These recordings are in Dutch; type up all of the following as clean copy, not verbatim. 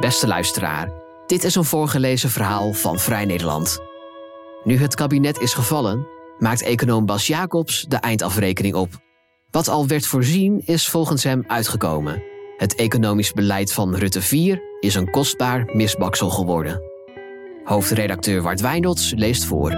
Beste luisteraar, dit is een voorgelezen verhaal van Vrij Nederland. Nu het kabinet is gevallen, maakt econoom Bas Jacobs de eindafrekening op. Wat al werd voorzien is volgens hem uitgekomen. Het economisch beleid van Rutte 4 is een kostbaar misbaksel geworden. Hoofdredacteur Wart Wijnolds leest voor.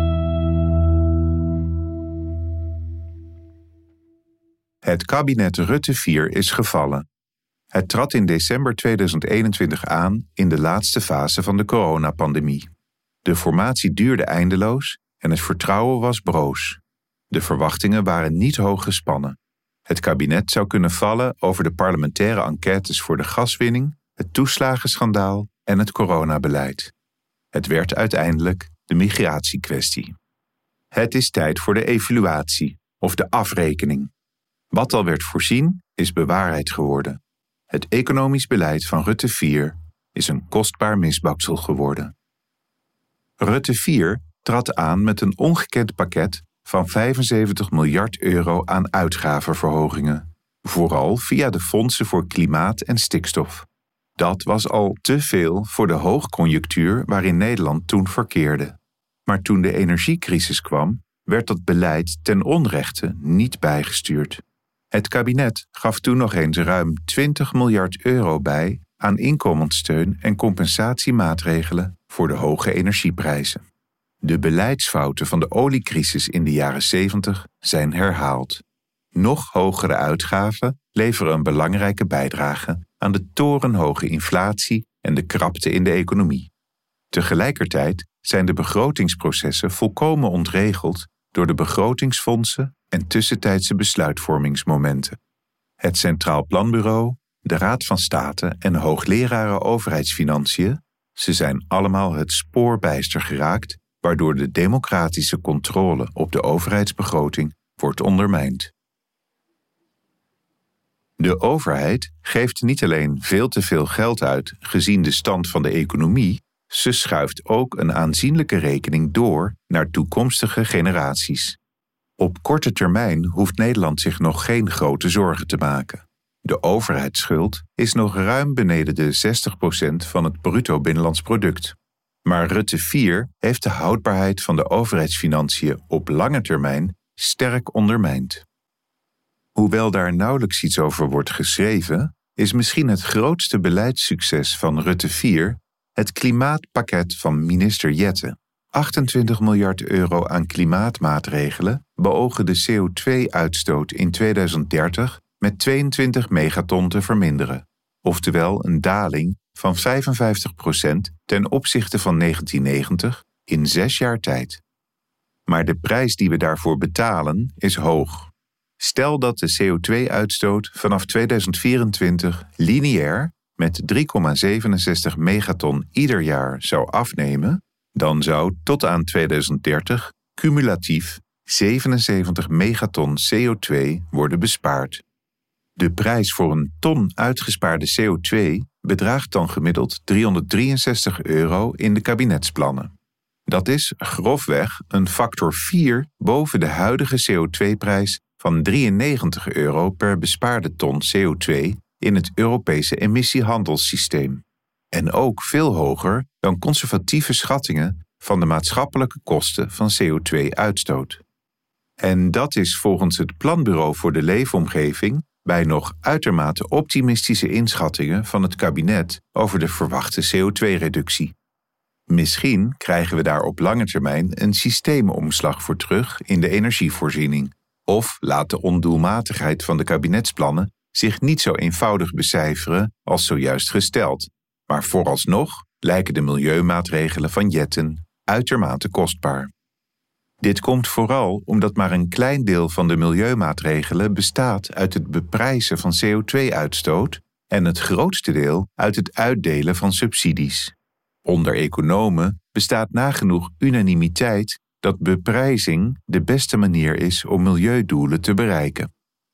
Het kabinet Rutte 4 is gevallen. Het trad in december 2021 aan in de laatste fase van de coronapandemie. De formatie duurde eindeloos en het vertrouwen was broos. De verwachtingen waren niet hoog gespannen. Het kabinet zou kunnen vallen over de parlementaire enquêtes voor de gaswinning, het toeslagenschandaal en het coronabeleid. Het werd uiteindelijk de migratiekwestie. Het is tijd voor de evaluatie of de afrekening. Wat al werd voorzien is bewaarheid geworden. Het economisch beleid van Rutte 4 is een kostbaar misbaksel geworden. Rutte 4 trad aan met een ongekend pakket van 75 miljard euro aan uitgavenverhogingen, vooral via de fondsen voor klimaat en stikstof. Dat was al te veel voor de hoogconjunctuur waarin Nederland toen verkeerde. Maar toen de energiecrisis kwam, werd dat beleid ten onrechte niet bijgestuurd. Het kabinet gaf toen nog eens ruim 20 miljard euro bij aan inkomenssteun en compensatiemaatregelen voor de hoge energieprijzen. De beleidsfouten van de oliecrisis in de jaren 70 zijn herhaald. Nog hogere uitgaven leveren een belangrijke bijdrage aan de torenhoge inflatie en de krapte in de economie. Tegelijkertijd zijn de begrotingsprocessen volkomen ontregeld door de begrotingsfondsen en tussentijdse besluitvormingsmomenten. Het Centraal Planbureau, de Raad van State en hoogleraren overheidsfinanciën, ze zijn allemaal het spoor bijster geraakt, waardoor de democratische controle op de overheidsbegroting wordt ondermijnd. De overheid geeft niet alleen veel te veel geld uit gezien de stand van de economie, ze schuift ook een aanzienlijke rekening door naar toekomstige generaties. Op korte termijn hoeft Nederland zich nog geen grote zorgen te maken. De overheidsschuld is nog ruim beneden de 60% van het bruto binnenlands product. Maar Rutte 4 heeft de houdbaarheid van de overheidsfinanciën op lange termijn sterk ondermijnd. Hoewel daar nauwelijks iets over wordt geschreven, is misschien het grootste beleidssucces van Rutte 4 het klimaatpakket van minister Jette. 28 miljard euro aan klimaatmaatregelen beogen de CO2-uitstoot in 2030 met 22 megaton te verminderen, oftewel een daling van 55% ten opzichte van 1990 in 6 jaar tijd. Maar de prijs die we daarvoor betalen is hoog. Stel dat de CO2-uitstoot vanaf 2024 lineair met 3,67 megaton ieder jaar zou afnemen, dan zou tot aan 2030 cumulatief 77 megaton CO2 worden bespaard. De prijs voor een ton uitgespaarde CO2 bedraagt dan gemiddeld €363 in de kabinetsplannen. Dat is grofweg een factor 4 boven de huidige CO2-prijs van €93 per bespaarde ton CO2 in het Europese emissiehandelssysteem. En ook veel hoger dan conservatieve schattingen van de maatschappelijke kosten van CO2-uitstoot. En dat is volgens het Planbureau voor de Leefomgeving bij nog uitermate optimistische inschattingen van het kabinet over de verwachte CO2-reductie. Misschien krijgen we daar op lange termijn een systeemomslag voor terug in de energievoorziening. Of laat de ondoelmatigheid van de kabinetsplannen zich niet zo eenvoudig becijferen als zojuist gesteld. Maar vooralsnog lijken de milieumaatregelen van Jetten uitermate kostbaar. Dit komt vooral omdat maar een klein deel van de milieumaatregelen bestaat uit het beprijzen van CO2-uitstoot en het grootste deel uit het uitdelen van subsidies. Onder economen bestaat nagenoeg unanimiteit dat beprijzing de beste manier is om milieudoelen te bereiken.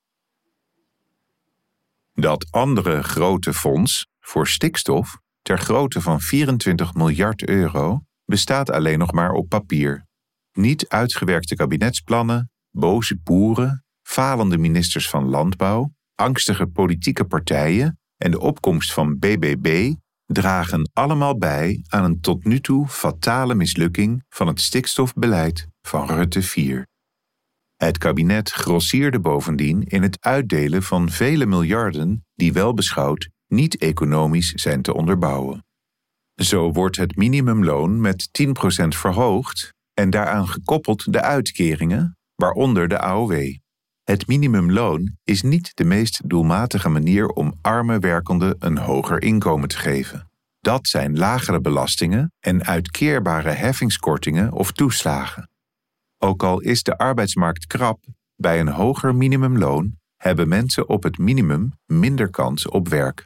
Dat andere grote fonds voor stikstof, ter grootte van 24 miljard euro, bestaat alleen nog maar op papier. Niet uitgewerkte kabinetsplannen, boze boeren, falende ministers van Landbouw, angstige politieke partijen en de opkomst van BBB, dragen allemaal bij aan een tot nu toe fatale mislukking van het stikstofbeleid van Rutte 4. Het kabinet grossierde bovendien in het uitdelen van vele miljarden die wel beschouwd niet economisch zijn te onderbouwen. Zo wordt het minimumloon met 10% verhoogd en daaraan gekoppeld de uitkeringen, waaronder de AOW. Het minimumloon is niet de meest doelmatige manier om arme werkenden een hoger inkomen te geven. Dat zijn lagere belastingen en uitkeerbare heffingskortingen of toeslagen. Ook al is de arbeidsmarkt krap, bij een hoger minimumloon hebben mensen op het minimum minder kans op werk.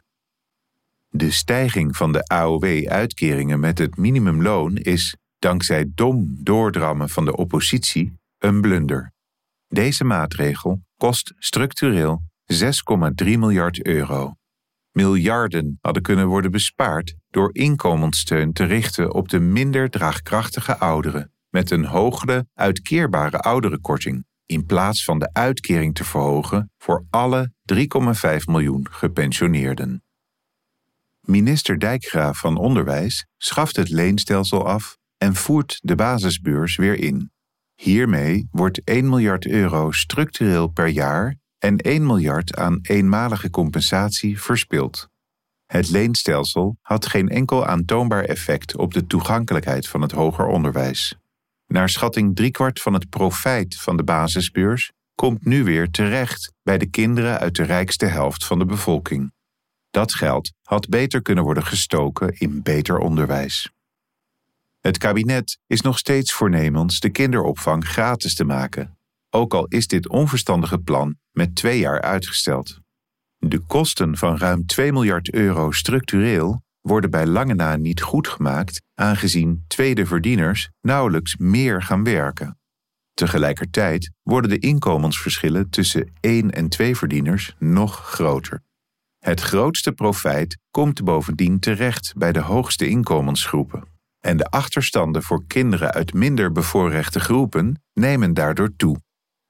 De stijging van de AOW-uitkeringen met het minimumloon is, dankzij dom doordrammen van de oppositie, een blunder. Deze maatregel kost structureel 6,3 miljard euro. Miljarden hadden kunnen worden bespaard door inkomenssteun te richten op de minder draagkrachtige ouderen met een hogere uitkeerbare ouderenkorting, in plaats van de uitkering te verhogen voor alle 3,5 miljoen gepensioneerden. Minister Dijkgraaf van Onderwijs schaft het leenstelsel af en voert de basisbeurs weer in. Hiermee wordt 1 miljard euro structureel per jaar en 1 miljard aan eenmalige compensatie verspild. Het leenstelsel had geen enkel aantoonbaar effect op de toegankelijkheid van het hoger onderwijs. Naar schatting 3/4 van het profijt van de basisbeurs komt nu weer terecht bij de kinderen uit de rijkste helft van de bevolking. Dat geld had beter kunnen worden gestoken in beter onderwijs. Het kabinet is nog steeds voornemens de kinderopvang gratis te maken, ook al is dit onverstandige plan met 2 jaar uitgesteld. De kosten van ruim 2 miljard euro structureel worden bij lange na niet goed gemaakt, aangezien tweede verdieners nauwelijks meer gaan werken. Tegelijkertijd worden de inkomensverschillen tussen 1 en 2 verdieners nog groter. Het grootste profijt komt bovendien terecht bij de hoogste inkomensgroepen. En de achterstanden voor kinderen uit minder bevoorrechte groepen nemen daardoor toe.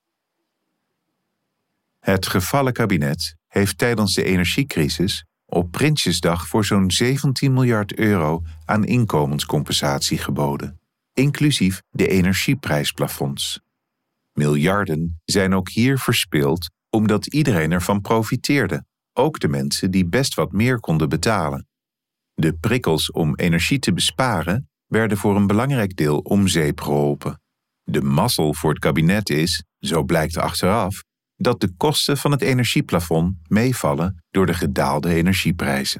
Het gevallen kabinet heeft tijdens de energiecrisis op Prinsjesdag voor zo'n 17 miljard euro aan inkomenscompensatie geboden, inclusief de energieprijsplafonds. Miljarden zijn ook hier verspild omdat iedereen ervan profiteerde, ook de mensen die best wat meer konden betalen. De prikkels om energie te besparen werden voor een belangrijk deel om zeep geholpen. De mazzel voor het kabinet is, zo blijkt achteraf, dat de kosten van het energieplafond meevallen door de gedaalde energieprijzen.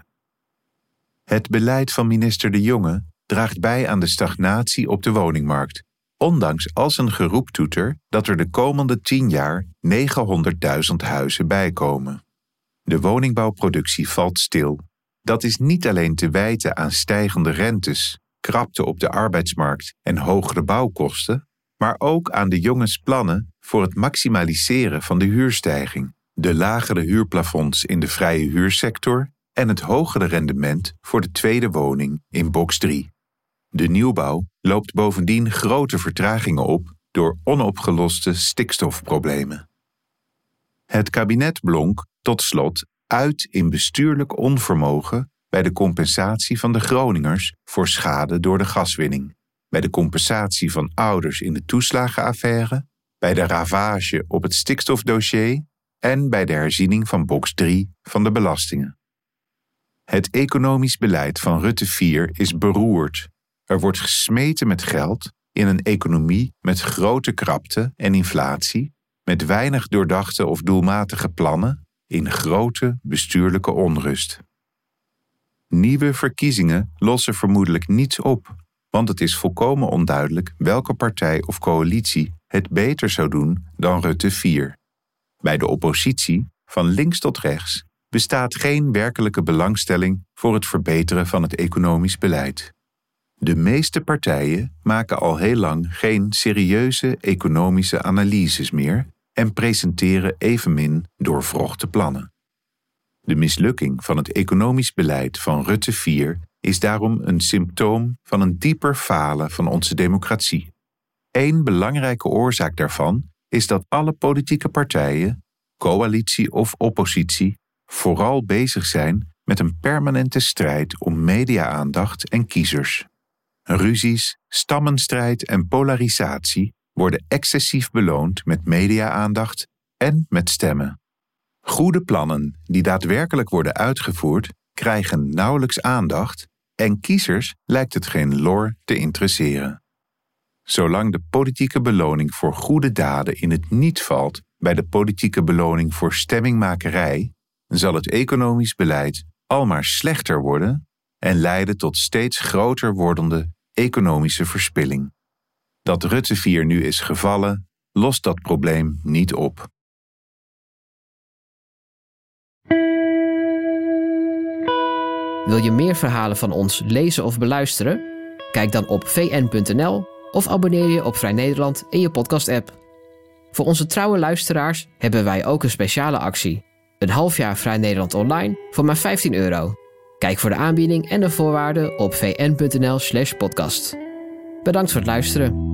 Het beleid van minister De Jonge draagt bij aan de stagnatie op de woningmarkt, ondanks al zijn geroeptoeter dat er de komende 10 jaar 900.000 huizen bijkomen. De woningbouwproductie valt stil. Dat is niet alleen te wijten aan stijgende rentes, krapte op de arbeidsmarkt en hogere bouwkosten, maar ook aan De Jonges plannen voor het maximaliseren van de huurstijging, de lagere huurplafonds in de vrije huursector en het hogere rendement voor de tweede woning in box 3. De nieuwbouw loopt bovendien grote vertragingen op door onopgeloste stikstofproblemen. Het kabinet blonk, tot slot, uit in bestuurlijk onvermogen bij de compensatie van de Groningers voor schade door de gaswinning, bij de compensatie van ouders in de toeslagenaffaire, bij de ravage op het stikstofdossier en bij de herziening van box 3 van de belastingen. Het economisch beleid van Rutte 4 is beroerd. Er wordt gesmeten met geld in een economie met grote krapte en inflatie, met weinig doordachte of doelmatige plannen, in grote bestuurlijke onrust. Nieuwe verkiezingen lossen vermoedelijk niets op, want het is volkomen onduidelijk welke partij of coalitie het beter zou doen dan Rutte 4. Bij de oppositie, van links tot rechts, bestaat geen werkelijke belangstelling voor het verbeteren van het economisch beleid. De meeste partijen maken al heel lang geen serieuze economische analyses meer en presenteren evenmin doorvrochte plannen. De mislukking van het economisch beleid van Rutte 4 is daarom een symptoom van een dieper falen van onze democratie. Eén belangrijke oorzaak daarvan is dat alle politieke partijen, coalitie of oppositie, vooral bezig zijn met een permanente strijd om media-aandacht en kiezers. Ruzies, stammenstrijd en polarisatie worden excessief beloond met media-aandacht en met stemmen. Goede plannen die daadwerkelijk worden uitgevoerd, krijgen nauwelijks aandacht en kiezers lijkt het geen lor te interesseren. Zolang de politieke beloning voor goede daden in het niet valt bij de politieke beloning voor stemmingmakerij, zal het economisch beleid almaar slechter worden en leiden tot steeds groter wordende economische verspilling. Dat Rutte 4 nu is gevallen, lost dat probleem niet op. Wil je meer verhalen van ons lezen of beluisteren? Kijk dan op vn.nl of abonneer je op Vrij Nederland in je podcast-app. Voor onze trouwe luisteraars hebben wij ook een speciale actie. Een half jaar Vrij Nederland online voor maar €15. Kijk voor de aanbieding en de voorwaarden op vn.nl/podcast. Bedankt voor het luisteren.